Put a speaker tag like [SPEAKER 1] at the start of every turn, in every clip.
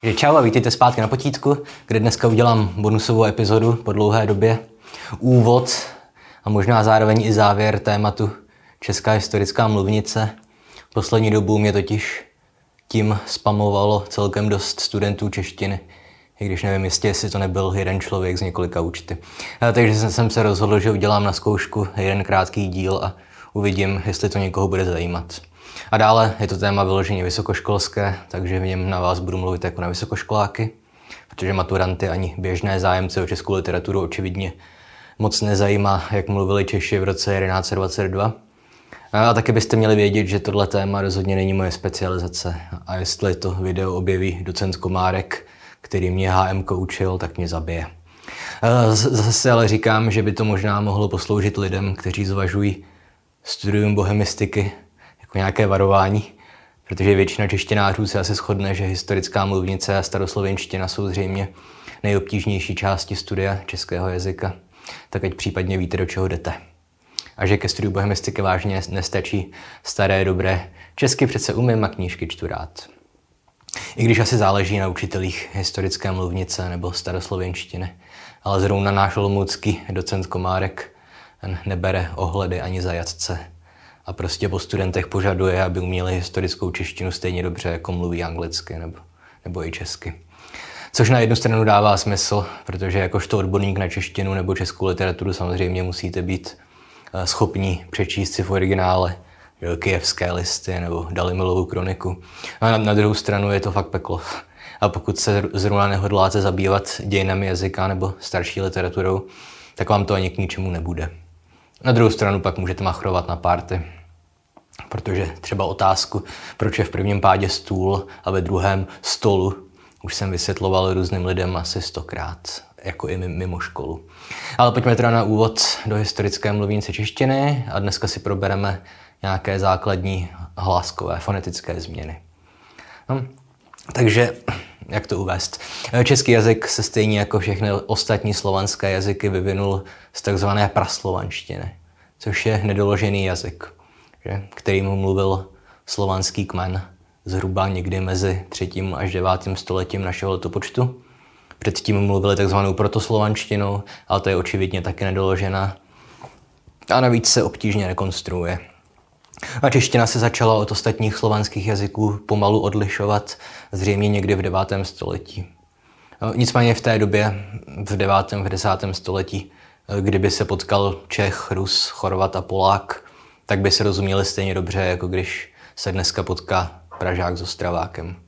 [SPEAKER 1] Čau a vítejte zpátky na potítku, kde dneska udělám bonusovou epizodu po dlouhé době. Úvod a možná zároveň i závěr tématu Česká historická mluvnice. Poslední dobu mě totiž tím spamovalo celkem dost studentů češtiny, i když nevím jistě, jestli to nebyl jeden člověk z několika účty. Takže jsem se rozhodl, že udělám na zkoušku jeden krátký díl a uvidím, jestli to někoho bude zajímat. A dále je to téma vyloženě vysokoškolské, takže v něm na vás budu mluvit jako na vysokoškoláky, protože maturanty ani běžné zájemce o českou literaturu očividně moc nezajímá, jak mluvili Češi v roce 1122. A taky byste měli vědět, že tohle téma rozhodně není moje specializace. A jestli to video objeví docent Komárek, který mě HMK učil, tak mě zabije. Zase ale říkám, že by to možná mohlo posloužit lidem, kteří zvažují studium bohemistiky jako nějaké varování, protože většina češtinářů se asi shodne, že historická mluvnice a staroslovenština jsou zřejmě nejobtížnější části studia českého jazyka, tak ať případně víte, do čeho jdete. A že ke studiu bohemistiky vážně nestačí staré dobré česky přece umím a knížky čtu rád. I když asi záleží na učitelích historické mluvnice nebo staroslovenštiny, ale zrovna náš olomoucký docent Komárek nebere ohledy ani zajatce a prostě po studentech požaduje, aby uměli historickou češtinu stejně dobře, jako mluví anglicky nebo i česky. Což na jednu stranu dává smysl, protože jakožto odborník na češtinu nebo českou literaturu samozřejmě musíte být schopní přečíst si v originále Kyjevské listy nebo Dalimilovu kroniku. A na druhou stranu je to fakt peklo. A pokud se zrovna nehodláte zabývat dějinami jazyka nebo starší literaturou, tak vám to ani k ničemu nebude. Na druhou stranu pak můžete machrovat na párty, protože třeba otázku, proč je v prvním pádě stůl a ve druhém stolu, už jsem vysvětloval různým lidem asi 100krát, jako i mimo školu. Ale pojďme teda na úvod do historické mluvnice češtiny a dneska si probereme nějaké základní hláskové, fonetické změny. Takže, jak to uvést? Český jazyk se stejně jako všechny ostatní slovanské jazyky vyvinul z takzvané praslovanštiny, což je nedoložený jazyk, kterým mluvil slovanský kmen zhruba někdy mezi 3. až 9. stoletím našeho letopočtu. Předtím mluvili takzvanou protoslovanštinou, ale to je očividně taky nedoložená a navíc se obtížně rekonstruuje. A čeština se začala od ostatních slovanských jazyků pomalu odlišovat zřejmě někdy v 9. století. Nicméně v té době, v 9. v 10. století, kdyby se potkal Čech, Rus, Chorvat a Polák, tak by se rozuměli stejně dobře, jako když se dneska potká Pražák s Ostravákem.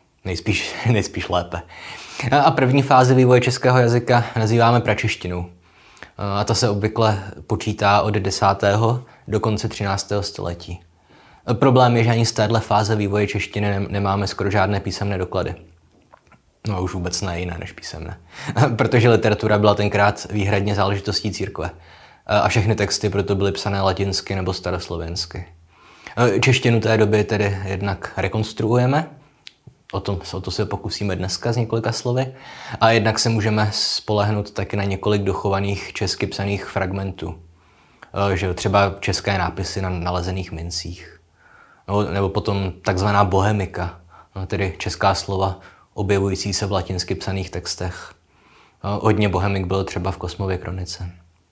[SPEAKER 1] Nejspíš lépe. A první fázi vývoje českého jazyka nazýváme pračeštinou. A ta se obvykle počítá od 10. do konce 13. století. Problém je, že ani z téhle fáze vývoje češtiny nemáme skoro žádné písemné doklady. No už vůbec ne jiné než písemné. Protože literatura byla tenkrát výhradně záležitostí církve. A všechny texty proto byly psané latinsky nebo staroslovensky. Češtinu té doby tedy jednak rekonstruujeme, o to se pokusíme dneska z několika slovy, a jednak se můžeme spolehnout taky na několik dochovaných česky psaných fragmentů. Že třeba české nápisy na nalezených mincích. Nebo potom takzvaná bohemika, tedy česká slova objevující se v latinsky psaných textech. Hodně bohemik bylo třeba v Kosmově kronice.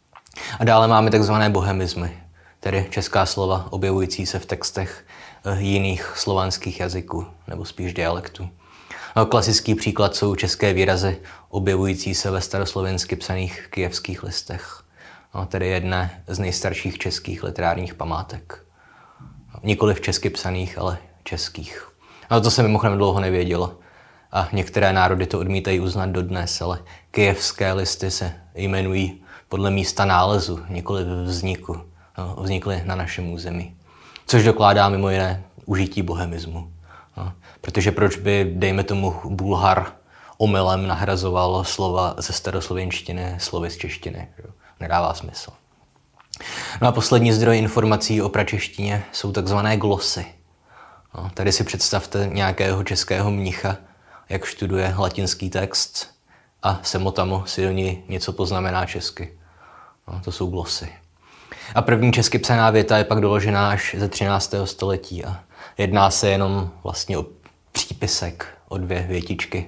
[SPEAKER 1] A dále máme takzvané bohemizmy, tedy česká slova objevující se v textech jiných slovanských jazyků, nebo spíš dialektů. Klasický příklad jsou české výrazy objevující se ve staroslovensky psaných kyjevských listech, tedy jedné z nejstarších českých literárních památek. Nikoliv česky psaných, ale českých. Ale to se mimochodem dlouho nevědělo. A některé národy to odmítají uznat dodnes, ale kyjevské listy se jmenují podle místa nálezu, nikoliv vzniku. Vznikly na našem území. Což dokládá mimo jiné užití bohemismu. Protože proč by, dejme tomu, Bulhar omylem nahrazoval slova ze staroslovenštiny slovy z češtiny. Nedává smysl. No a poslední zdroj informací o pračeštině jsou takzvané glosy. Tady si představte nějakého českého mnicha, jak študuje latinský text a semotamo si do ní něco poznamená česky. To jsou glosy. A první česky psaná věta je pak doložená až ze 13. století a jedná se jenom vlastně o přípisek, o 2 větičky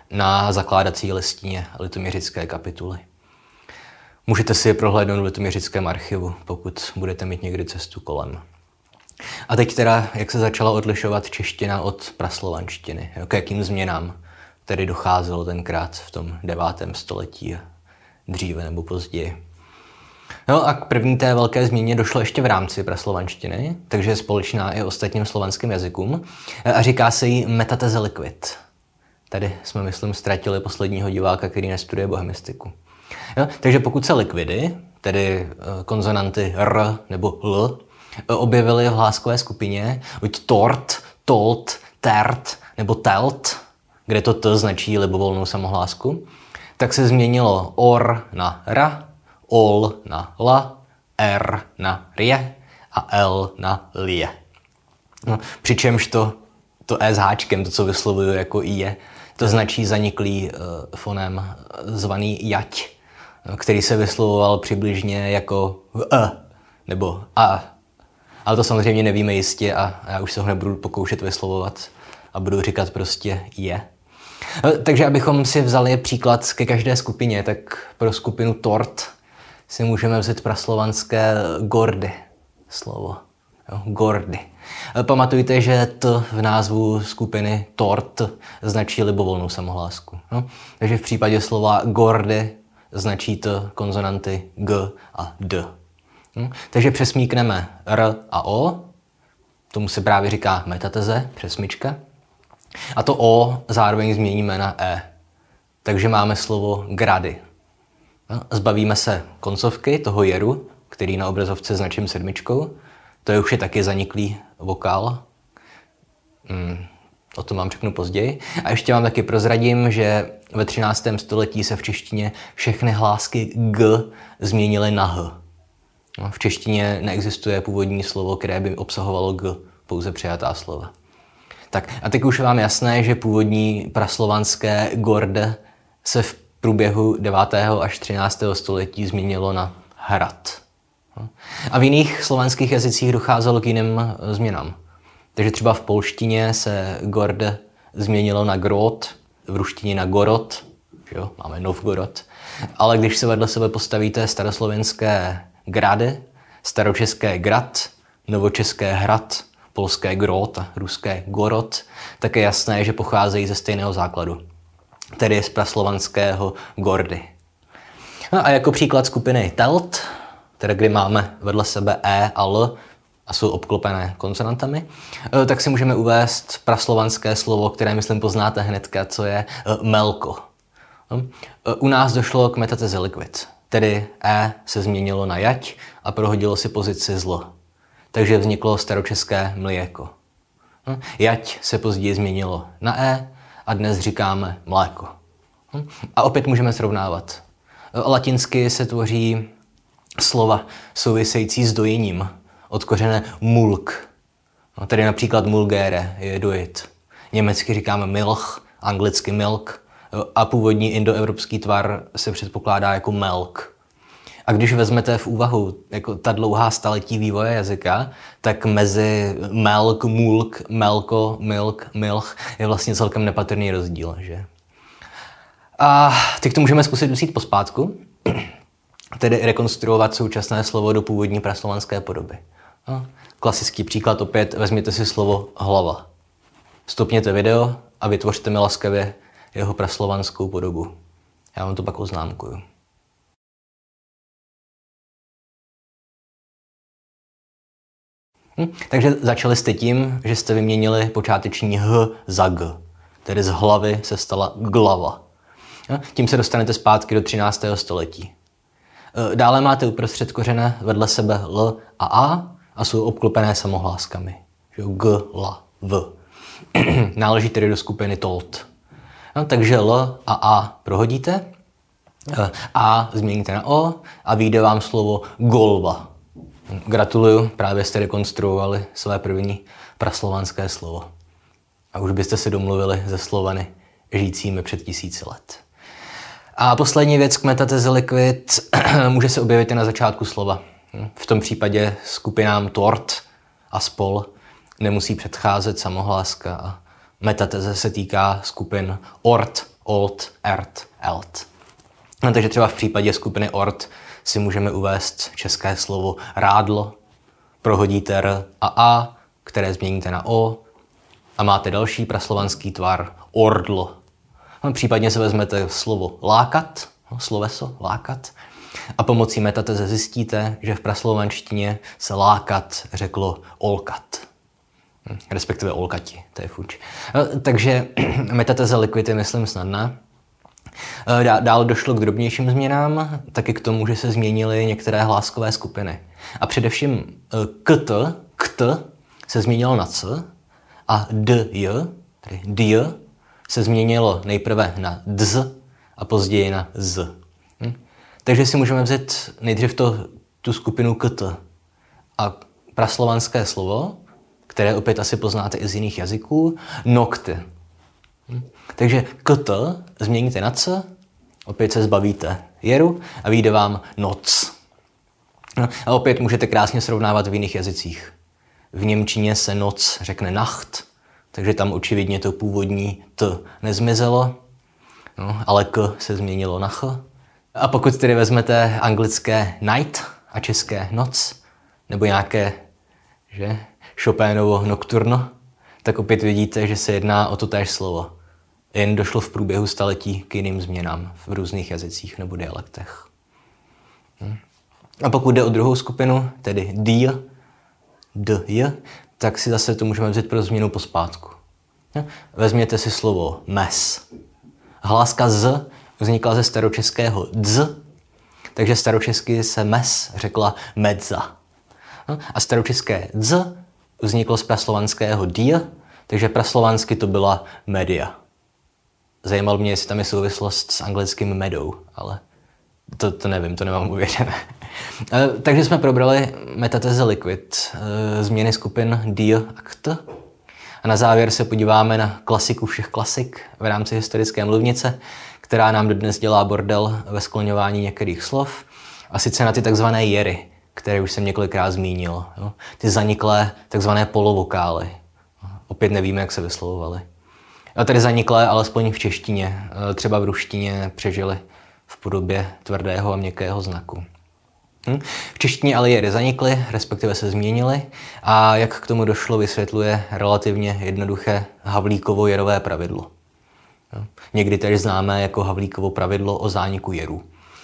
[SPEAKER 1] na zakládací listině Litoměřické kapituly. Můžete si je prohlédnout v Litoměřickém archivu, pokud budete mít někdy cestu kolem. A teď teda, jak se začala odlišovat čeština od praslovanštiny, k jakým změnám tedy docházelo tenkrát v tom 9. století a dříve nebo později. No a k první té velké změně došlo ještě v rámci praslovanštiny, takže je společná i ostatním slovanským jazykům a říká se jí metateze liquid. Tady jsme, myslím, ztratili posledního diváka, který nestuduje bohemistiku. No, takže pokud se likvidy, tedy konzonanty R nebo L, objevily v hláskové skupině, buď tort, tolt, tert nebo telt, kde to T značí libovolnou samohlásku, tak se změnilo OR na RA, OL na LA, R na RIE a L na LIE. No, přičemž to E s háčkem, to, co vyslovuju jako IE, to značí zaniklý fonem zvaný jať, který se vyslovoval přibližně jako nebo A. Ale to samozřejmě nevíme jistě a já už se ho nebudu pokoušet vyslovovat a budu říkat prostě je. Takže abychom si vzali příklad ke každé skupině, tak pro skupinu tort si můžeme vzít praslovanské gordy slovo. Jo, gordy. Pamatujte, že T v názvu skupiny tort značí libovolnou samohlásku. No? Takže v případě slova gordy značí to konzonanty G a D. Takže přesmíkneme R a O, tomu se právě říká metateze, přesmyčka. A to O zároveň změníme na E. Takže máme slovo grady. Zbavíme se koncovky, toho jeru, který na obrazovce značím 7. To je už je taky zaniklý vokál. O tom vám řeknu později. A ještě vám taky prozradím, že ve 13. století se v češtině všechny hlásky G změnily na H. V češtině neexistuje původní slovo, které by obsahovalo G, pouze přijatá slova. Tak a teď už je vám jasné, že původní praslovanské gorde se v průběhu 9. až 13. století změnilo na hrad. A v jiných slovanských jazycích docházelo k jiným změnám. Takže třeba v polštině se gorde změnilo na grot, v ruštině na gorod, jo, máme Novgorod, ale když se vedle sebe postavíte staroslovenské grady, staročeské grad, novočeské hrad, polské grot a ruské gorod, tak je jasné, že pocházejí ze stejného základu, tedy z praslovanského gordy. No a jako příklad skupiny telt, tedy kdy máme vedle sebe E a L a jsou obklopené konsonantami, tak si můžeme uvést praslovanské slovo, které, myslím, poznáte hnedka, co je melko. U nás došlo k metateze liquid, tedy E se změnilo na jať a prohodilo si pozici zl. Takže vzniklo staročeské mléko. Jať se později změnilo na E a dnes říkáme mléko. A opět můžeme srovnávat. Latinsky se tvoří slova související s dojením od kořene mulk. Tedy například mulgere je dojit. Německy říkáme milch, anglicky milk a původní indoevropský tvar se předpokládá jako melk. A když vezmete v úvahu jako ta dlouhá staletí vývoje jazyka, tak mezi melk, mulk, melko, milk, milch je vlastně celkem nepatrný rozdíl, že? A teď to můžeme zkusit vzít pospátku, tedy rekonstruovat současné slovo do původní praslovanské podoby. Klasický příklad opět, vezměte si slovo hlava. Stopněte video a vytvořte mi laskavě jeho praslovanskou podobu. Já vám to pak oznámkuju. Takže začali jste tím, že jste vyměnili počáteční H za G. Tedy z hlavy se stala glava. Tím se dostanete zpátky do 13. století. Dále máte uprostřed kořene vedle sebe L a A jsou obklopené samohláskami. G, L, V. Náleží tedy do skupiny tolt. Takže L a A prohodíte, A změníte na O a vyjde vám slovo golva. Gratuluju, právě jste rekonstruovali své první praslovanské slovo. A už byste se domluvili se Slovany žijícími před 1000 let. A poslední věc k metateze liquid může se objevit i na začátku slova. V tom případě skupinám tort a spol nemusí předcházet samohláska a metateze se týká skupin ort, old, ert, elt. No, takže třeba v případě skupiny ort si můžeme uvést české slovo rádlo, prohodíte r a a, které změníte na o a máte další praslovanský tvar ordlo. No, případně si vezmete slovo lákat, sloveso lákat, a pomocí metateze zjistíte, že v praslovanštině se lákat řeklo olkat. Respektive olkati, to je fuč. Takže metateze liquid je, myslím, snadná. Dále došlo k drobnějším změnám, taky k tomu, že se změnily některé hláskové skupiny. A především kt se změnilo na c a dj, tedy dj, se změnilo nejprve na dz a později na z. Takže si můžeme vzít nejdřív tu skupinu kt a praslovanské slovo, které opět asi poznáte i z jiných jazyků, nokty. Takže kt změníte na c, opět se zbavíte jeru a vyjde vám noc. No, a opět můžete krásně srovnávat v jiných jazycích. V němčině se noc řekne Nacht, takže tam očividně to původní t nezmizelo, no, ale k se změnilo na ch. A pokud tedy vezmete anglické night a české noc, nebo nějaké Chopinovo nocturno, tak opět vidíte, že se jedná o totéž slovo. Jen došlo v průběhu staletí k jiným změnám v různých jazycích nebo dialektech. A pokud jde o druhou skupinu, tedy dj, tak si zase to můžeme vzít pro změnu pospátku. Vezměte si slovo mes. Hláska z vznikla ze staročeského dz, takže staročesky se mes řekla medza. A staročeské dz vzniklo z praslovanského dia, takže praslovansky to byla media. Zajímalo mě, jestli tam je souvislost s anglickým medou, ale to nevím, to nemám uvěřené. Takže jsme probrali metateze liquid, změny skupin dia a kt. A na závěr se podíváme na klasiku všech klasik v rámci historické mluvnice, která nám dodnes dělá bordel ve skloňování některých slov, a sice na ty takzvané jery, které už jsem několikrát zmínil. Jo? Ty zaniklé takzvané polovokály. Opět nevíme, jak se vyslovovaly. A tedy zaniklé, alespoň v češtině, třeba v ruštině přežily v podobě tvrdého a měkkého znaku. V češtině ale jery zanikly, respektive se změnily, a jak k tomu došlo, vysvětluje relativně jednoduché Havlíkovo-jerové pravidlo. Někdy tedy známé jako Havlíkovo pravidlo o zániku jerů.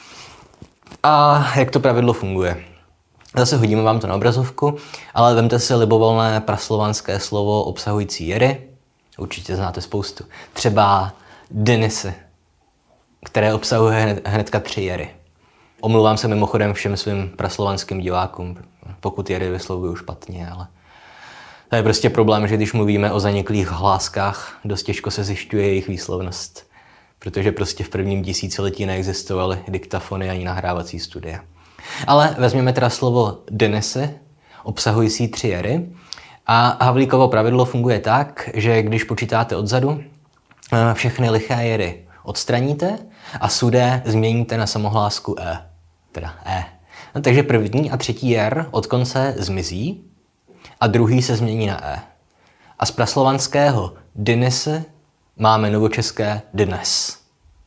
[SPEAKER 1] A jak to pravidlo funguje? Zase hodíme vám to na obrazovku, ale vemte si libovolné praslovanské slovo obsahující jery, určitě znáte spoustu. Třeba Denisy, které obsahuje hnedka 3 jery. Omlouvám se mimochodem všem svým praslovanským divákům, pokud jery vyslovuju špatně, ale to je prostě problém, že když mluvíme o zaniklých hláskách, dost těžko se zjišťuje jejich výslovnost, protože prostě v prvním tisíciletí neexistovaly diktafony ani nahrávací studia. Ale vezměme teda slovo Denisy, obsahující 3 jery, a Havlíkovo pravidlo funguje tak, že když počítáte odzadu, všechny liché jery odstraníte a sudé změníte na samohlásku e, teda e. No, takže první a třetí jer od konce zmizí a druhý se změní na e. A z praslovanského Denisy máme novočeské dnes.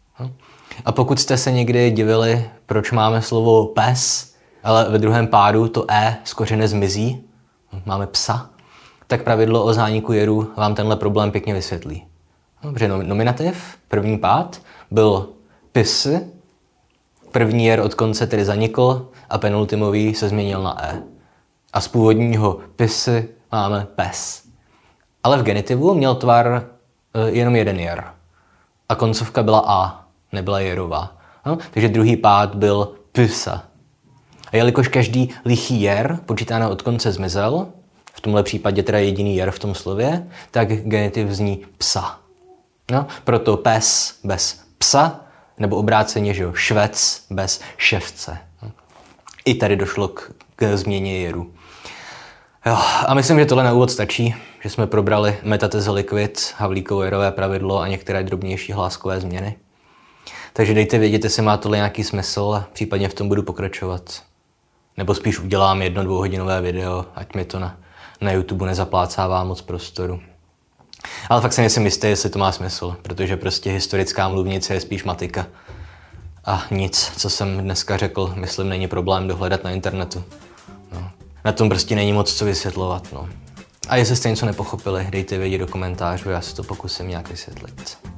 [SPEAKER 1] A pokud jste se někdy divili, proč máme slovo pes, ale ve druhém pádu to e z kořene zmizí, máme psa, tak pravidlo o zániku jerů vám tenhle problém pěkně vysvětlí. Dobře, nominativ, první pád, byl pisy, první jer od konce tedy zanikl a penultimový se změnil na e. A z původního pisy máme pes. Ale v genitivu měl tvar jenom jeden jer. A koncovka byla a, nebyla jerová. No, takže druhý pád byl pysa. A jelikož každý lichý jer, počítáno od konce, zmizel, v tomhle případě teda jediný jer v tom slově, tak genitiv zní psa. No, proto pes bez psa, nebo obráceně, že jo, švec bez ševce. I tady došlo k změně jeru. Jo, a myslím, že tohle na úvod stačí, že jsme probrali metateze liquid, Havlíkovo-jerové pravidlo a některé drobnější hláskové změny. Takže dejte vědět, jestli má tohle nějaký smysl a případně v tom budu pokračovat. Nebo spíš udělám 1-2hodinové video, ať mi to na YouTube nezaplácává moc prostoru. Ale fakt si nejsem jistý, jestli to má smysl, protože prostě historická mluvnice je spíš matika. A nic, co jsem dneska řekl, myslím, není problém dohledat na internetu. No. Na tom prostě není moc co vysvětlovat. No. A jestli jste něco nepochopili, dejte vědět do komentářů, já si to pokusím nějak vysvětlit.